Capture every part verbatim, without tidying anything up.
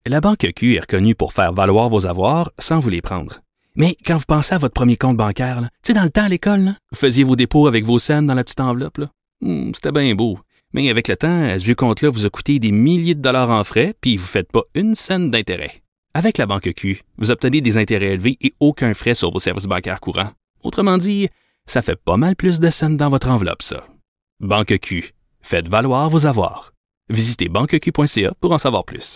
La Banque Q est reconnue pour faire valoir vos avoirs sans vous les prendre. Mais quand vous pensez à votre premier compte bancaire, tu sais, dans le temps à l'école, là, vous faisiez vos dépôts avec vos scènes dans la petite enveloppe. Là. Hum, c'était bien beau. Mais avec le temps, ce vieux compte-là vous a coûté des milliers de dollars en frais, puis vous ne faites pas une scène d'intérêt. Avec la Banque Q, vous obtenez des intérêts élevés et aucun frais sur vos services bancaires courants. Autrement dit, ça fait pas mal plus de scènes dans votre enveloppe, ça. Banque Q. Faites valoir vos avoirs. Visitez banque q point c a pour en savoir plus.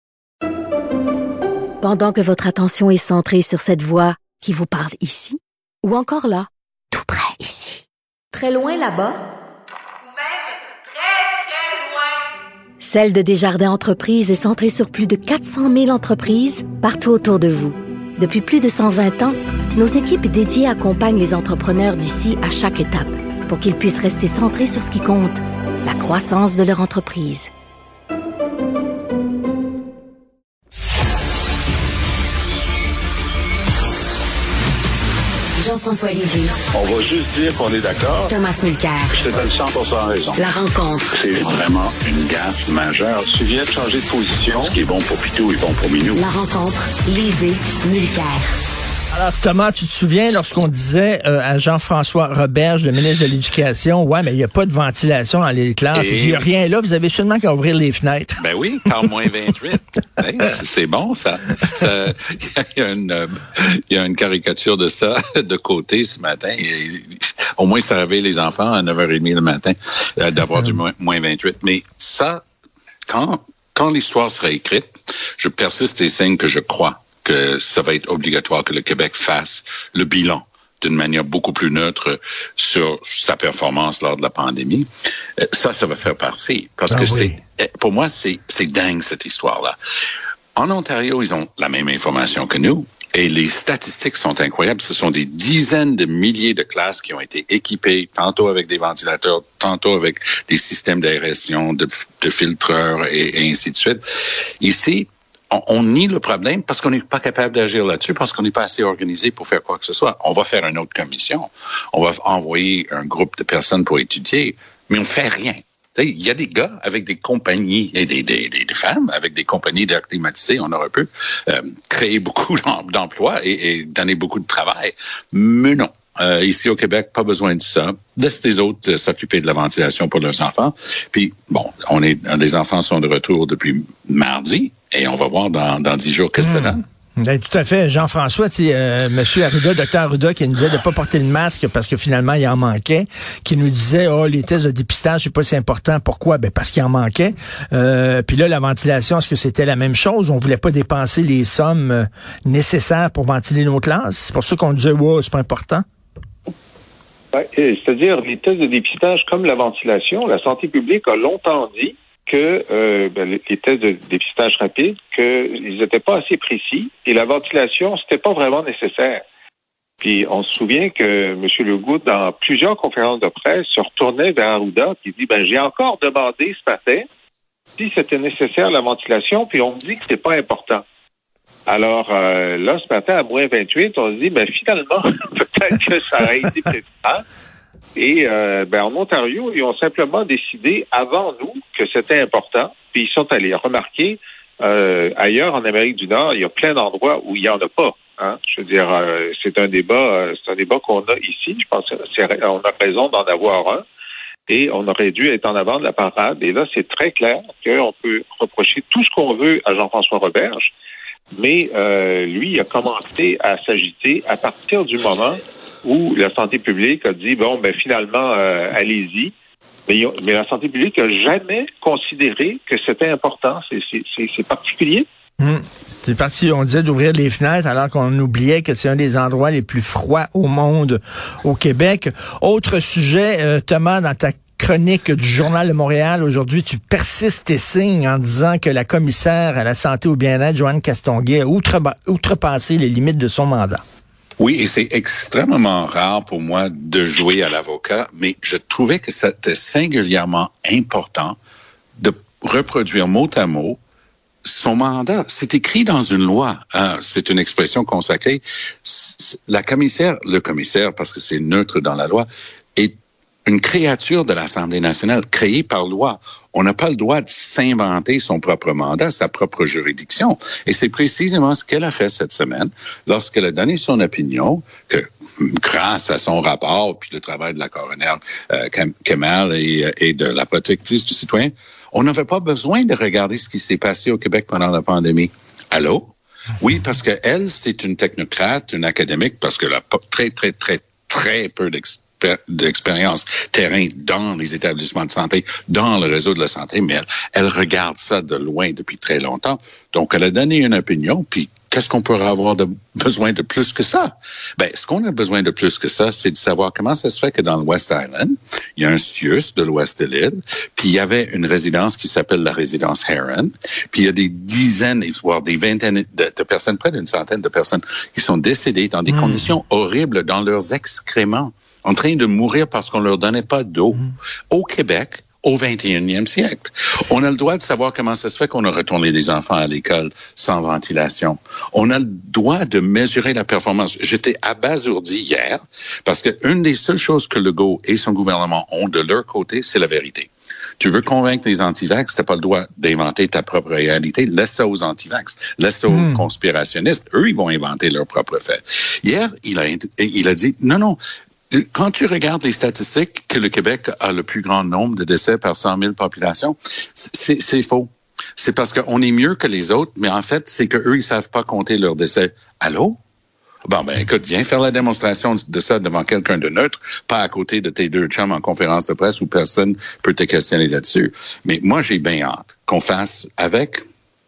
Pendant que votre attention est centrée sur cette voix qui vous parle ici, ou encore là, tout près ici, très loin là-bas, ou même très, très loin, Celle de Desjardins Entreprises est centrée sur plus de quatre cent mille entreprises partout autour de vous. Depuis plus de cent vingt ans, nos équipes dédiées accompagnent les entrepreneurs d'ici à chaque étape pour qu'ils puissent rester centrés sur ce qui compte, la croissance de leur entreprise. Jean-François Lisée. On va juste dire qu'on est d'accord. Thomas Mulcair. Je te donne cent pour cent raison. La rencontre. C'est vraiment une gaffe majeure. Tu viens de changer de position. Ce qui est bon pour Pitou est bon pour Minou. La rencontre. Lisée. Mulcair. Alors, Thomas, tu te souviens lorsqu'on disait euh, à Jean-François Roberge, le ministre de l'Éducation, ouais, mais il n'y a pas de ventilation dans les classes. Et... Il n'y a rien là, vous avez seulement qu'à ouvrir les fenêtres. Ben oui, par moins vingt-huit. Hey, c'est bon, ça. ça il, y a une, il y a une caricature de ça de côté ce matin. Et, au moins, ça réveille les enfants à neuf heures trente le matin euh, d'avoir du moins, moins vingt-huit. Mais ça, quand, quand l'histoire sera écrite, je persiste et signe que je crois que ça va être obligatoire que le Québec fasse le bilan d'une manière beaucoup plus neutre sur sa performance lors de la pandémie. Ça, ça va faire partie. Parce ah que oui. c'est, pour moi, c'est, c'est dingue, cette histoire-là. En Ontario, ils ont la même information que nous. Et les statistiques sont incroyables. Ce sont des dizaines de milliers de classes qui ont été équipées, tantôt avec des ventilateurs, tantôt avec des systèmes d'aération, de, de filtreurs et, et ainsi de suite. Ici, On, on nie le problème parce qu'on n'est pas capable d'agir là-dessus, parce qu'on n'est pas assez organisé pour faire quoi que ce soit. On va faire une autre commission. On va envoyer un groupe de personnes pour étudier, mais on fait rien. Il y a des gars avec des compagnies, et des, des, des, des femmes avec des compagnies d'air climatisé, on aurait pu euh, créer beaucoup d'emplois et, et donner beaucoup de travail. Mais non. Euh, ici au Québec, pas besoin de ça. Laisse les autres euh, s'occuper de la ventilation pour leurs enfants. Puis, bon, on est, les enfants sont de retour depuis mardi et on va voir dans, dans dix jours qu'est-ce que mmh. ça donne. Ben, tout à fait. Jean-François, tu sais, euh, Monsieur Arruda, docteur Arruda, qui nous disait de ne pas porter le masque parce que finalement, il en manquait, qui nous disait, oh, les tests de dépistage, c'est pas si important. Pourquoi? Ben, parce qu'il en manquait. Euh, puis là, la ventilation, est-ce que c'était la même chose? On voulait pas dépenser les sommes nécessaires pour ventiler nos classes. C'est pour ça qu'on disait, wow, c'est pas important. Ben, c'est-à-dire, les tests de dépistage comme la ventilation, la santé publique a longtemps dit que euh, ben, les tests de dépistage rapide, qu'ils n'étaient pas assez précis et la ventilation, c'était pas vraiment nécessaire. Puis on se souvient que M. Legault, dans plusieurs conférences de presse, se retournait vers Arruda et dit, ben j'ai encore demandé ce matin si c'était nécessaire la ventilation, puis on me dit que c'est pas important. Alors euh, là, ce matin, à moins vingt-huit, on se dit, ben finalement, peut-être que ça a été président. Et euh, ben, en Ontario, ils ont simplement décidé avant nous que c'était important. Puis ils sont allés remarquer euh, ailleurs en Amérique du Nord, il y a plein d'endroits où il n'y en a pas. Hein? Je veux dire, euh, c'est un débat, euh, c'est un débat qu'on a ici. Je pense qu'on a raison d'en avoir un. Et on aurait dû être en avant de la parade. Et là, c'est très clair qu'on peut reprocher tout ce qu'on veut à Jean-François Roberge. Mais euh, lui, il a commencé à s'agiter à partir du moment où la santé publique a dit, bon, ben finalement, euh, allez-y. Mais, mais la santé publique n'a jamais considéré que c'était important. C'est, c'est, c'est, c'est particulier. Hum. C'est parti, on disait d'ouvrir les fenêtres alors qu'on oubliait que c'est un des endroits les plus froids au monde, au Québec. Autre sujet, euh, Thomas, dans ta chronique du Journal de Montréal, aujourd'hui, tu persistes et signes en disant que la commissaire à la santé au bien-être, Joanne Castonguay, a outre- outrepassé les limites de son mandat. Oui, et c'est extrêmement rare pour moi de jouer à l'avocat, mais je trouvais que c'était singulièrement important de reproduire mot à mot son mandat. C'est écrit dans une loi. Hein, c'est une expression consacrée. La commissaire, le commissaire, parce que c'est neutre dans la loi, est une créature de l'Assemblée nationale créée par loi. On n'a pas le droit de s'inventer son propre mandat, sa propre juridiction. Et c'est précisément ce qu'elle a fait cette semaine lorsqu'elle a donné son opinion que, grâce à son rapport, puis le travail de la coroner euh, Kemal et, et de la protectrice du citoyen, on n'avait pas besoin de regarder ce qui s'est passé au Québec pendant la pandémie. Allô? Oui, parce que elle, c'est une technocrate, une académique, parce qu'elle a très, très, très, très peu d'expérience. d'expérience terrain dans les établissements de santé, dans le réseau de la santé, mais elle, elle regarde ça de loin depuis très longtemps. Donc, elle a donné une opinion, puis qu'est-ce qu'on pourrait avoir de besoin de plus que ça? Ben, ce qu'on a besoin de plus que ça, c'est de savoir comment ça se fait que dans le West Island, il y a un C I U S de l'ouest de l'île, puis il y avait une résidence qui s'appelle la résidence Heron, puis il y a des dizaines, voire des vingtaines de, de personnes, près d'une centaine de personnes qui sont décédées dans des mmh. conditions horribles dans leurs excréments, en train de mourir parce qu'on leur donnait pas d'eau. Mmh. Au Québec, au vingt et unième siècle. On a le droit de savoir comment ça se fait qu'on a retourné des enfants à l'école sans ventilation. On a le droit de mesurer la performance. J'étais abasourdi hier parce que une des seules choses que Legault et son gouvernement ont de leur côté, c'est la vérité. Tu veux convaincre les antivax, t'as pas le droit d'inventer ta propre réalité. Laisse ça aux antivax. Laisse ça aux mmh. conspirationnistes. Eux, ils vont inventer leur propre fait. Hier, il a, il a dit, non, non, quand tu regardes les statistiques que le Québec a le plus grand nombre de décès par cent mille populations, c'est, c'est faux. C'est parce qu'on est mieux que les autres, mais en fait, c'est qu'eux, ils savent pas compter leurs décès. Allô? Bon, ben écoute, viens faire la démonstration de ça devant quelqu'un de neutre, pas à côté de tes deux chums en conférence de presse où personne peut te questionner là-dessus. Mais moi, j'ai bien hâte qu'on fasse avec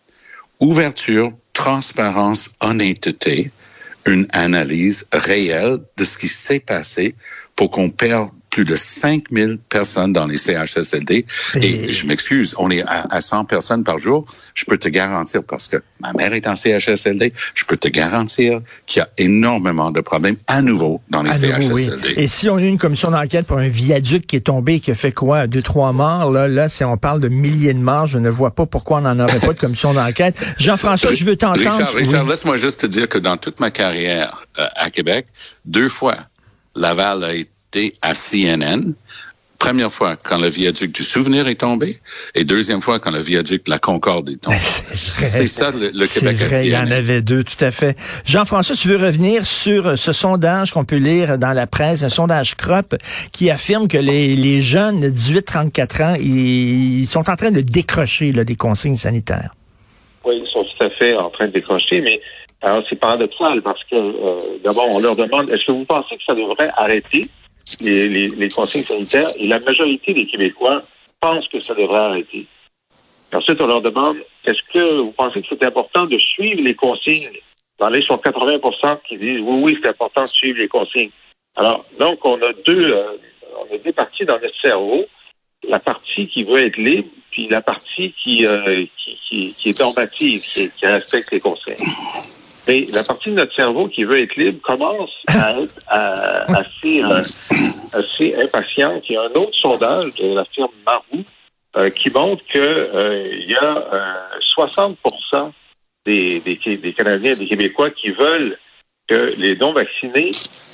ouverture, transparence, honnêteté, une analyse réelle de ce qui s'est passé pour qu'on perde plus de cinq mille personnes dans les C H S L D. Et, Et je m'excuse, on est à, à cent personnes par jour. Je peux te garantir, parce que ma mère est en C H S L D, je peux te garantir qu'il y a énormément de problèmes à nouveau dans les à C H S L D. Oui. Et si on a une commission d'enquête pour un viaduc qui est tombé et qui a fait quoi? Deux, trois morts, là, là, si on parle de milliers de morts, je ne vois pas pourquoi on n'en aurait pas de commission d'enquête. Jean-François, je veux t'entendre. Richard, Richard oui. laisse-moi juste te dire que dans toute ma carrière euh, à Québec, deux fois, Laval a été à C N N. Première fois quand le viaduc du Souvenir est tombé et deuxième fois quand le viaduc de la Concorde est tombé. C'est, c'est ça le, le Québec vrai, à C N N. Il y en avait deux, tout à fait. Jean-François, tu veux revenir sur ce sondage qu'on peut lire dans la presse, un sondage C R O P qui affirme que les, les jeunes de dix-huit à trente-quatre ans, ils sont en train de décrocher là, des consignes sanitaires. Oui, ils sont tout à fait en train de décrocher, mais alors c'est paradoxal parce que euh, d'abord on leur demande, est-ce que vous pensez que ça devrait arrêter? Les, les, les consignes sanitaires, et la majorité des Québécois pensent que ça devrait arrêter. Ensuite, on leur demande, est-ce que vous pensez que c'est important de suivre les consignes? Dans les sont quatre-vingts pour cent qui disent, oui, oui, c'est important de suivre les consignes. Alors, donc, on a deux, euh, on a deux parties dans notre cerveau. La partie qui veut être libre, puis la partie qui, euh, qui, qui, qui est normative, qui, qui respecte les consignes. Mais la partie de notre cerveau qui veut être libre commence à être à, assez, euh, assez impatiente. Il y a un autre sondage de la firme Marou euh, qui montre que euh, il y a euh, soixante pour cent des, des, des Canadiens et des Québécois qui veulent que les non-vaccinés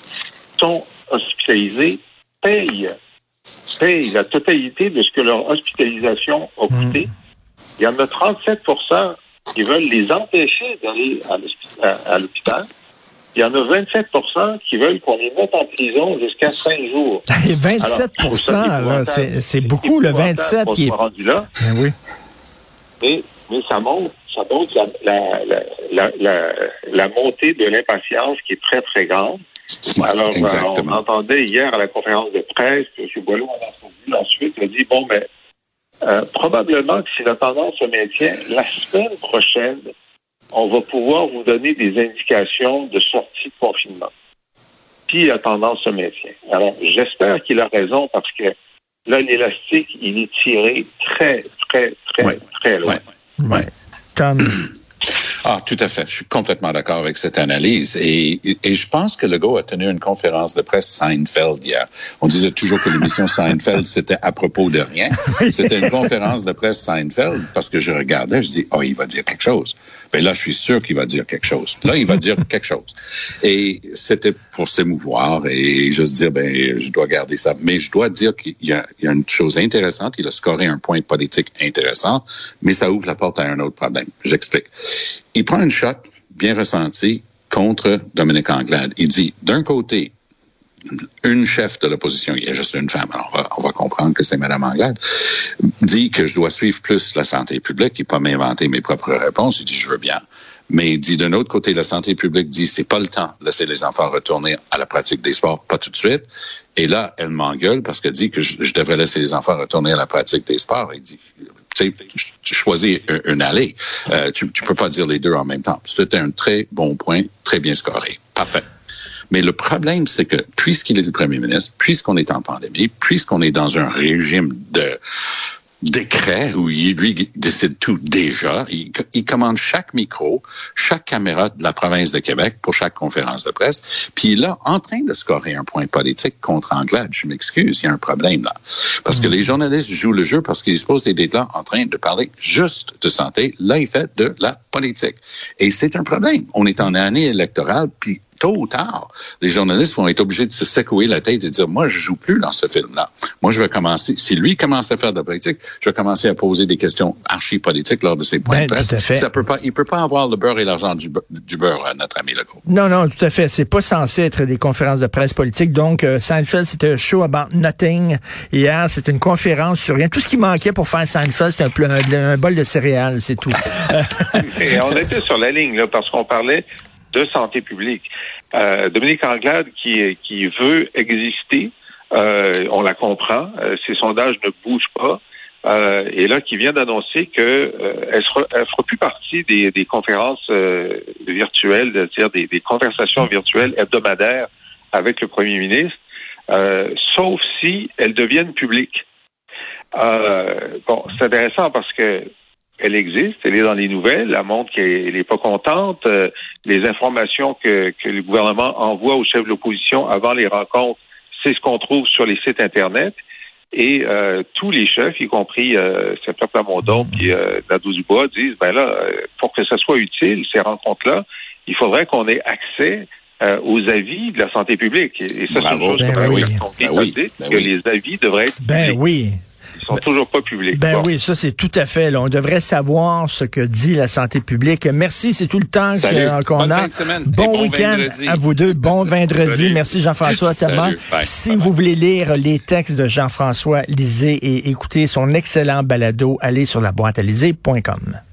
sont hospitalisés, payent, payent la totalité de ce que leur hospitalisation a coûté. Il y en a trente-sept pour cent qui veulent les empêcher d'aller à, à l'hôpital. Il y en a vingt-sept pour cent qui veulent qu'on les mette en prison jusqu'à cinq jours. Et vingt-sept pour cent, alors, là, c'est, c'est beaucoup, le vingt-sept qui est... rendu là. Ben oui. Mais, mais ça montre, ça montre la, la, la, la, la, la montée de l'impatience qui est très, très grande. Alors, on entendait hier à la conférence de presse, M. Boileau en a entendu ensuite, il a dit, bon, mais Euh, probablement que si la tendance se maintient, la semaine prochaine, on va pouvoir vous donner des indications de sortie de confinement. Puis la tendance se maintient. Alors, j'espère qu'il a raison parce que là, l'élastique, il est tiré très, très, très, ouais. très loin. Ouais. Ouais. Comme... Ah, tout à fait. Je suis complètement d'accord avec cette analyse. Et, et je pense que Legault a tenu une conférence de presse Seinfeld hier. On disait toujours que l'émission Seinfeld, c'était à propos de rien. C'était une conférence de presse Seinfeld parce que je regardais, je dis, oh, il va dire quelque chose. Ben là, je suis sûr qu'il va dire quelque chose. Là, il va dire quelque chose. Et c'était pour s'émouvoir et juste dire, ben, je dois garder ça. Mais je dois dire qu'il y a, il y a une chose intéressante. Il a scoré un point politique intéressant, mais ça ouvre la porte à un autre problème. J'explique. Il prend une shot bien ressentie contre Dominique Anglade. Il dit, d'un côté, une chef de l'opposition, il y a juste une femme, alors on va, on va comprendre que c'est Mme Anglade, dit que je dois suivre plus la santé publique et pas m'inventer mes propres réponses. Il dit, je veux bien. Mais il dit, d'un autre côté, la santé publique dit, c'est pas le temps de laisser les enfants retourner à la pratique des sports, pas tout de suite. Et là, elle m'engueule parce qu'elle dit que je, je devrais laisser les enfants retourner à la pratique des sports. Il dit, tu sais, tu choisis une allée. Euh, tu, tu peux pas dire les deux en même temps. C'était un très bon point, très bien scoré. Parfait. Mais le problème, c'est que puisqu'il est le premier ministre, puisqu'on est en pandémie, puisqu'on est dans un régime de décret où il, lui, décide tout déjà, il, il commande chaque micro, chaque caméra de la province de Québec pour chaque conférence de presse, puis il est là en train de scorer un point politique contre Anglade. Je m'excuse, il y a un problème là. Parce mmh. que les journalistes jouent le jeu parce qu'ils se posent d'être là en train de parler juste de santé. Là, il fait de la politique. Et c'est un problème. On est en année électorale, puis tôt ou tard, les journalistes vont être obligés de se secouer la tête et de dire, moi, je joue plus dans ce film-là. Moi, je vais commencer, si lui commence à faire de la politique, je vais commencer à poser des questions archi-politiques lors de ses points ben, de presse. Ça peut pas, il peut pas avoir le beurre et l'argent du, du beurre, notre ami Legault. Non, non, tout à fait. C'est pas censé être des conférences de presse politique. Donc, euh, Seinfeld, c'était un show about nothing. Hier, c'était une conférence sur rien. Tout ce qui manquait pour faire Seinfeld, c'était un, pl- un, un bol de céréales, c'est tout. Et on était sur la ligne, là, parce qu'on parlait de santé publique. Euh, Dominique Anglade qui, qui veut exister, euh, on la comprend, euh, ses sondages ne bougent pas, euh, et là qui vient d'annoncer que euh, elle sera, elle fera plus partie des, des conférences euh, virtuelles, c'est-à-dire des, des conversations virtuelles hebdomadaires avec le premier ministre, euh, sauf si elles deviennent publiques. Euh, bon, c'est intéressant parce que elle existe, elle est dans les nouvelles, elle montre qu'elle n'est pas contente. Euh, les informations que, que le gouvernement envoie aux chefs de l'opposition avant les rencontres, c'est ce qu'on trouve sur les sites Internet. Et euh, tous les chefs, y compris euh, Saint-Pierre Plamondon et euh, Nadeau-Dubois, disent, ben là, pour que ça soit utile, ces rencontres-là, il faudrait qu'on ait accès euh, aux avis de la santé publique. Et, et ça, Bravo. c'est une chose ben qu'on oui. ben oui. dit, ben que oui. les avis devraient être Ben publics. oui. Ils sont toujours pas publics. Ben bon. oui, ça c'est tout à fait. Là. On devrait savoir ce que dit la santé publique. Merci, c'est tout le temps que, qu'on Bonne a. fin de semaine. Bon, bon week-end vendredi. à vous deux. Bon vendredi. Salut. Merci Jean-François tellement. Si bye vous bye. voulez lire les textes de Jean-François, lisez et écoutez son excellent balado, allez sur la boîte à lisez point com.